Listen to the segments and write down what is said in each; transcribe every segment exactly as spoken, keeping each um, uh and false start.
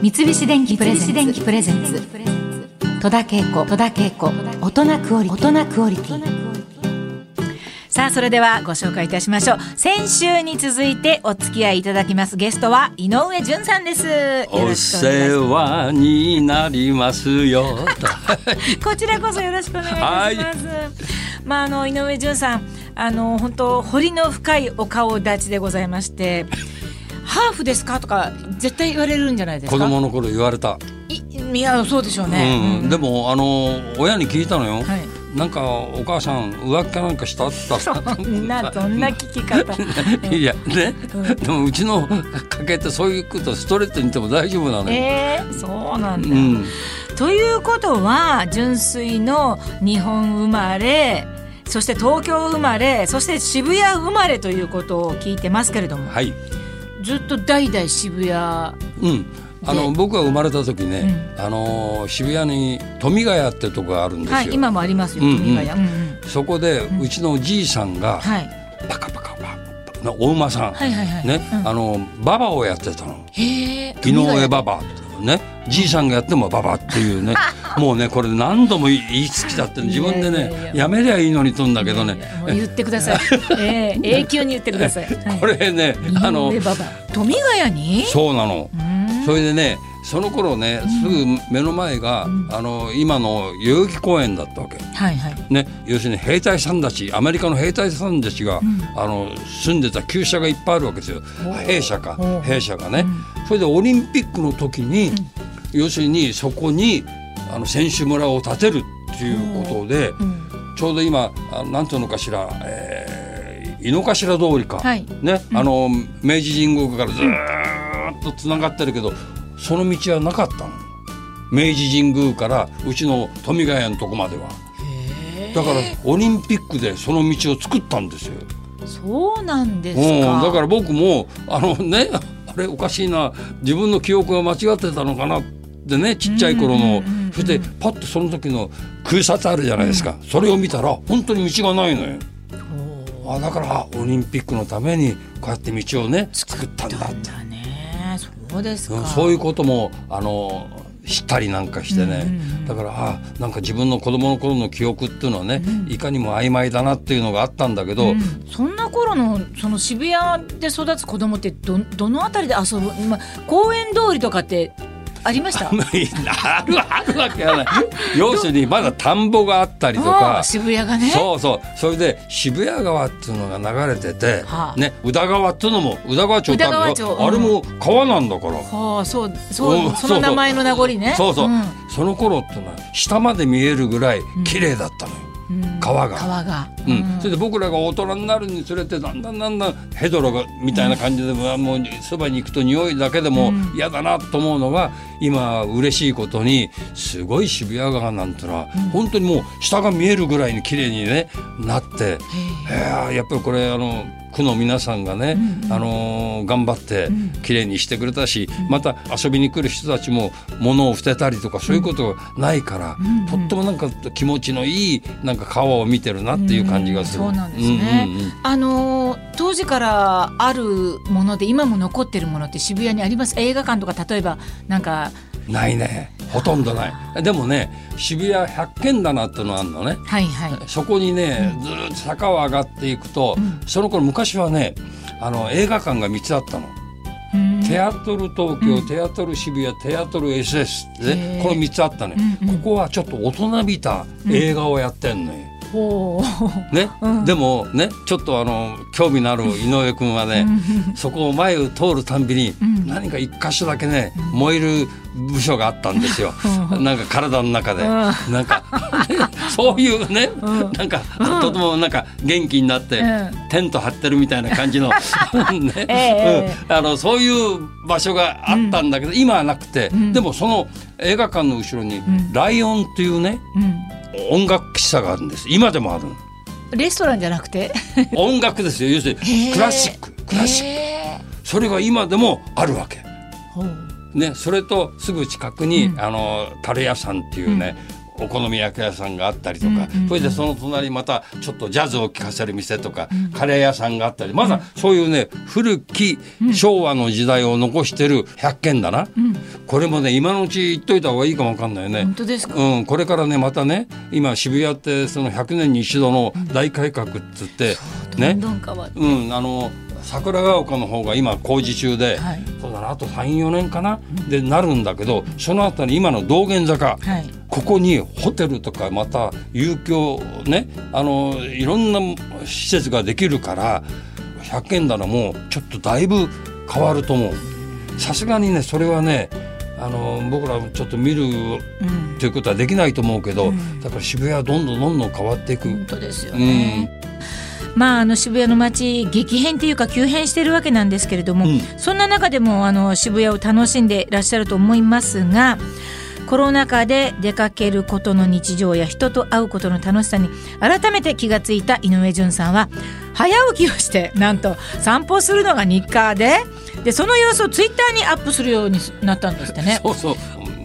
三菱電機プレゼンツ戸田恵子大人クオリティ。さあそれではご紹介いたしましょう。先週に続いてお付き合いいただきますゲストは井上順さんです。よろしくお願いします。 お世話になりますよこちらこそよろしくお願いします。はい、まあ、あの井上順さん、あの本当彫りの深いお顔立ちでございましてハーフですかとか絶対言われるんじゃないですか。 子供の頃言われた。 い, いやそうでしょうね、 うんうん、でもあの親に聞いたのよ、はい、なんかお母さん浮気かなんかしたって言ったらそんなどんな聞き方いやね、うん、でもうちの家系ってそういうことストレートに言っても大丈夫なのよ。 えー、そうなんだ、うん、ということは純粋の日本生まれ、そして東京生まれ、そして渋谷生まれということを聞いてますけれども、 はい、 ずっと代々渋谷、 うんあの僕が生まれた時ね、うん、あの渋谷に富ヶ谷ってとこがあるんですよ、 はい、今もありますよ富ヶ谷、うんうんうん、そこで、うん、うちのおじいさんが、はい、パカパカパお馬さん、はいはいはいねうん、あのババをやってたの。へ井上ババね、じいさんがやってもババっていうねもうねこれ何度も言いつきだって自分でねいやいやいややめりゃいいのにとんだけどね、いやいやもう言ってください、えー、永久に言ってくださいこれねあの富ヶ谷にそうなの。それでねその頃ねすぐ目の前が、うん、あの今の代々木公園だったわけ、はいはいね、要するに兵隊さんたちアメリカの兵隊さんたちが、うん、あの住んでた厩舎がいっぱいあるわけですよ。兵舎か兵舎がね、うん、それでオリンピックの時に、うん、要するにそこにあの選手村を建てるっていうことで、うん、ちょうど今なんていうのかしら、えー、井の頭通りか、はいねうん、あの明治神宮からずーっとつながってるけどその道はなかったの。明治神宮からうちの富ヶ谷のとこまでは。だからオリンピックでその道を作ったんですよ。 そうなんですか、 うん、だから僕もあのねあれおかしいな自分の記憶が間違ってたのかなってねちっちゃい頃の、うんうんうんうん、そしてパッとその時の空撮あるじゃないですか、うん、それを見たら本当に道がないのよ。あだからオリンピックのためにこうやって道をね作ったんだって。 そうですか、 うん、そういうこともあの知ったりなんかしてね、うんうんうん、だからあなんか自分の子供の頃の記憶っていうのはね、うん、いかにも曖昧だなっていうのがあったんだけど、うん、 そんな頃のその渋谷で育つ子供って ど, どのあたりで遊ぶ、ま、公園通りとかってありました？ あるあるわけはない要するにまだ田んぼがあったりとか渋谷がねそうそうそれで渋谷川っていうのが流れてて、はあね、宇田川っていうのも宇田川町ってあるよ、うん、あれも川なんだから、はあ、そうそう、うん、 その名前の名残ねそうそう、うん、その頃っていうのは下まで見えるぐらい綺麗だったのよ、うん、川が、 川がうんうん、それで僕らが大人になるにつれてだんだんだんだんヘドロがみたいな感じで、うん、もうそばに行くと匂いだけでも嫌だなと思うのが、うん、今嬉しいことにすごい渋谷川なんてのは、うん、本当にもう下が見えるぐらいに綺麗に、ね、なって、へやっぱりこれあの区の皆さんがね、うんうんあのー、頑張ってきれいにしてくれたし、うん、また遊びに来る人たちも物を捨てたりとかそういうことがないから、うん、とってもなんか気持ちのいいなんか川を見てるなっていう感じがする、 うん、そうなんですね、うんうんうん、あのー、当時からあるもので今も残ってるものって渋谷にあります？映画館とか例えばなんかないね、ほとんどない。でもね渋谷百軒棚ってのがあるのね、はいはい、そこにね、うん、ずっと坂を上がっていくと、うん、その頃昔はねあの映画館がみっつあったの。テアトル東京、うん、テアトル渋谷、テアトル エスエス ってねこのみっつあったのよ、うんうん、ここはちょっと大人びた映画をやってんのよ、うんねうん、でもねちょっとあの興味のある井上君はねそこを前を通るたんびに、うん、何か一箇所だけね、うん、燃える部署があったんですよ、うん、なんか体の中で、うん、なんかそういうね、うん、なんか、うん、とてもなんか元気になって、うん、テント張ってるみたいな感じの、ねえーうん、あのそういう場所があったんだけど、うん、今はなくて、うん、でもその映画館の後ろに、うん、ライオンっていうね、うん音楽喫茶があるんです。今でもある。 レストランじゃなくて音楽ですよ。要するにクラシッククラシックそれが今でもあるわけ、ね、それとすぐ近くに、うん、あの樽屋さんっていうね、 お好み焼き屋さんがあったりとか、うんうんうん、それでその隣またちょっとジャズを聴かせる店とか、うん、カレー屋さんがあったり、まだそういうね古き昭和の時代を残してる百軒だな、うん、これもね今のうち言っといた方がいいかもわかんないよね。 本当ですか？ うん、これからねまたね今渋谷ってそのひゃくねんに一度の大改革っつって、 うん、ね、どんどん変わって、うん、 あの桜ヶ丘の方が今工事中で、はい、そうだなあと さん,よ 年かな、うん、でなるんだけど、その後に今の道玄坂、はい、ここにホテルとかまた遊興ね、あのいろんな施設ができるから百軒棚もちょっとだいぶ変わると思う。さすがにねそれはねあの僕らちょっと見る、うん、ということはできないと思うけど、うん、だから渋谷はどんどんどんどん変わっていく。 本当ですよね、うん、まあ、あの渋谷の街激変っていうか急変してるわけなんですけれども、うん、そんな中でもあの渋谷を楽しんでいらっしゃると思いますが、コロナ禍で出かけることの日常や人と会うことの楽しさに改めて気がついた井上順さんは、早起きをしてなんと散歩するのが日課で、でその様子をツイッターにアップするようになったんですってね。 そうそう、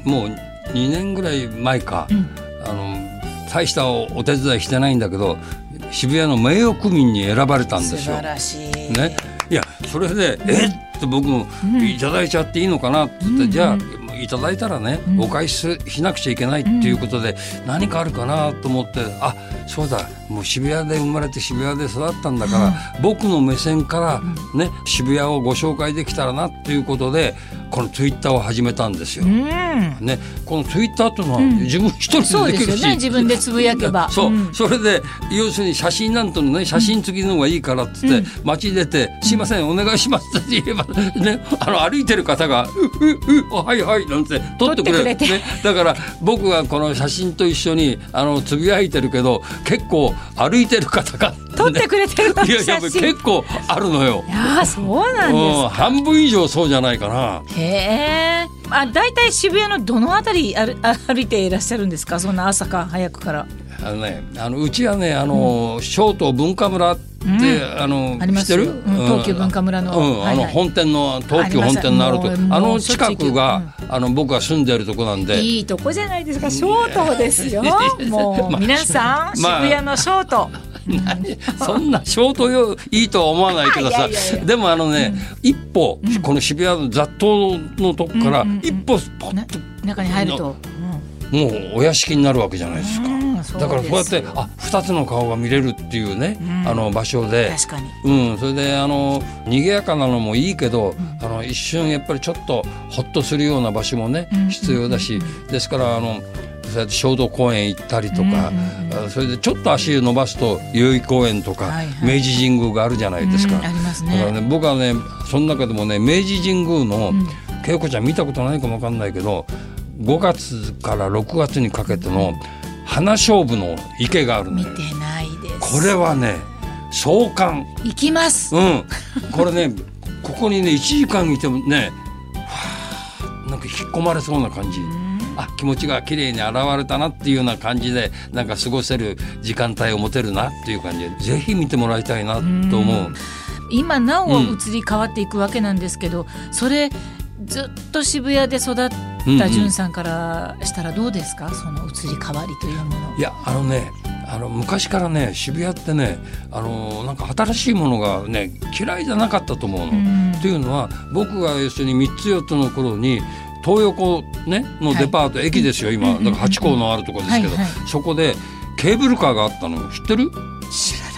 もうにねんぐらい前か、うん、あの大したお手伝いしてないんだけど渋谷の名誉区民に選ばれたんですよ。 素晴らしい、 ね、いやそれで、うん、えっと僕もいただいちゃっていいのかなって言って、うん、じゃあいただいたらね、うん、お返ししなくちゃいけないっていうことで、うん、何かあるかなと思って、あ、そうだ、もう渋谷で生まれて渋谷で育ったんだから、うん、僕の目線からね、うん、渋谷をご紹介できたらなっていうことでこのツイッターを始めたんですよ、うんね、このツイッターというのは自分一人でできるし、うん、そうですよね、 自分でつぶやけばそう、うん、それで要するに写真なんとのね、写真付きの方がいいからっつって、うん、街出て、すいませんお願いしますって言えば、ね、あの歩いてる方がうううはいはいなんて撮ってくれる、ね、だから僕がこの写真と一緒にあのつぶやいてるけど結構歩いてる方が、ね、 撮ってくれてるの、 いやいや結構あるのよ。 いやそうなんです、 うん、半分以上そうじゃないかな。 へえ。あ、だいたい渋谷のどのあたり歩歩いていらっしゃるんですか、そんな朝か早くから。 あのね、あのうちはね、あの、うん、小東文化村って、うん、あのあります知ってる、 うん、東急文化村の、 うん、あの本店の東急本店のあると あ, あの近くが、うん、あの僕が住んでるとこなんで、 いいとこじゃないですか。小東ですよもう、まあ、皆さん、まあ、渋谷の小東そんなショートよいいとは思わないけどさ、いやいやいや、でもあのね、うん、一歩、うん、この渋谷の雑踏のとこから一歩ポッと、 うんうん、中に入ると、 うん、もうお屋敷になるわけじゃないですか、うん、だからそうやってあ二つの顔が見れるっていうね、うん、あの場所で、 確かに、 うん、それであの賑やかなのもいいけど、うん、あの一瞬やっぱりちょっとホッとするような場所もね、うん、必要だし、うん、ですからあのそうやって衝動公園行ったりとか、うんうん、それでちょっと足を伸ばすと代々木公園とか、はいはい、明治神宮があるじゃないですか、 うん、ありますね。 だからね、僕はねその中でもね明治神宮の、うん、恵子ちゃん見たことないかも分かんないけどごがつからろくがつにかけての花菖蒲の池があるのよ。 見てないです。 これはね壮観。 行きます、 うん、これねここにねいちじかんいてもねはなんか引っ込まれそうな感じ、あ気持ちが綺麗に現れたなっていうような感じでなんか過ごせる時間帯を持てるなっていう感じで、ぜひ見てもらいたいなと思う。 今なお移り変わっていくわけなんですけど、うん、それずっと渋谷で育った潤さんからしたらどうですか、うんうん、その移り変わりというもの。 いやあのねあの昔からね渋谷ってねあのなんか新しいものがね嫌いじゃなかったと思うの、うん、というのは僕が要するにみっつよっつの頃に東横、ね、のデパート、はい、駅ですよ今、だからハチ公のあるところですけど、はいはい、そこでケーブルカーがあったの知ってる？ 知らない。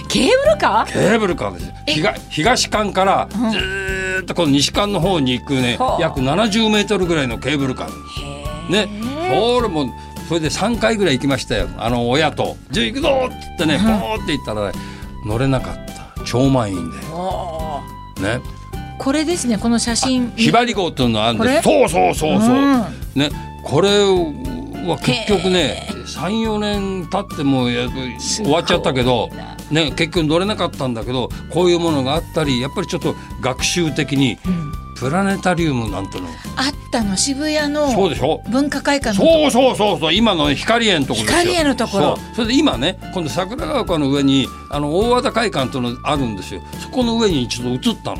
ケーブルカー？ ケーブルカーです。東, 東館からずーっとこの西館の方に行くね、うん、約ななじゅうメートルぐらいのケーブルカーね、それもそれでさんかいぐらい行きましたよ、あの親と。じゃあ行くぞって言ってね、ポーって行ったら、ね、乗れなかった超満員でね。 これですね、この写真。 ひばり号っていうのはあるんです。そうそうそうそう、うん、ね、これは結局ねさんよねん経っても終わっちゃったけど、ね、結局乗れなかったんだけど、こういうものがあったりやっぱりちょっと学習的に、うん、プラネタリウムなんてのあったの、渋谷のそうでしょ、 文化会館のそうそうそうそう、今の光園のところですよ。 光園のところ。 そう、それで今ね今度桜ヶ丘の上にあの大和田会館とのあるんですよ。そこの上にちょっと移ったの。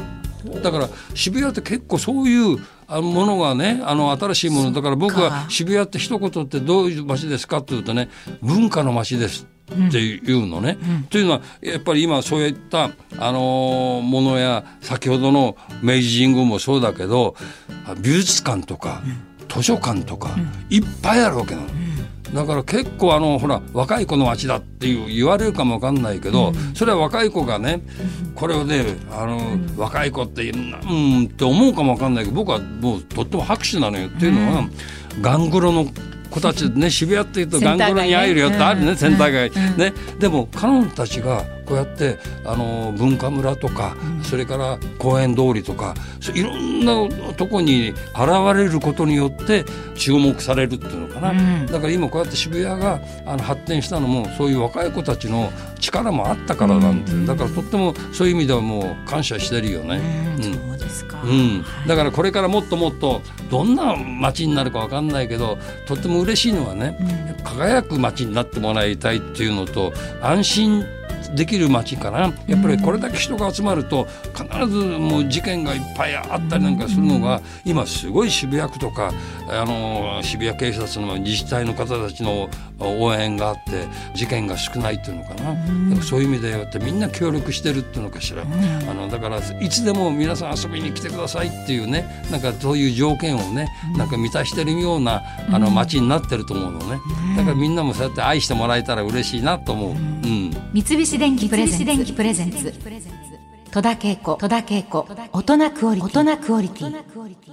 だから渋谷って結構そういうものがね、あの新しいものだから、僕は渋谷って一言ってどういう街ですかっていうとね、文化の街ですっていうのね、うんうん、というのはやっぱり今そういった、あのー、ものや、先ほどの明治神宮もそうだけど、美術館とか、うん、図書館とか、うん、いっぱいあるわけなの、うん、だから結構あのほら若い子の街だっていう言われるかもわかんないけど、うん、それは若い子がね、これをね、あの、うん、若い子ってうんって思うかもわかんないけど、僕はもうとっても拍手なのよ、っていうのは、うん、ガングロの子たちね、渋谷っていうとガングロに会えるよってあるね、センター街、うん、ね、でも彼女たちがこうやってあの文化村とか、うん、それから公園通りとか、いろんなとこに現れることによって注目されるっていうのかな、うん、だから今こうやって渋谷があの発展したのもそういう若い子たちの力もあったからなんて、うん、だからとってもそういう意味ではもう感謝してるよね、 うんうん、そうですか、 うん、だからこれからもっともっとどんな街になるか分かんないけど、とっても嬉しいのはね、うん、輝く街になってもらいたいっていうのと、安心できる街かな。やっぱりこれだけ人が集まると必ずもう事件がいっぱいあったりなんかするのが、今すごい渋谷区とかあの渋谷警察の自治体の方たちの応援があって事件が少ないっていうのかな、うん、そういう意味でやってみんな協力してるっていうのかしら、うん、あのだからいつでも皆さん遊びに来てくださいっていうね、なんかそういう条件をね、うん、なんか満たしてるようなあの街になってると思うのね、うん、だからみんなもそうやって愛してもらえたら嬉しいなと思う、うん、 三菱電機プレゼンツ戸田恵子大人クオリティ。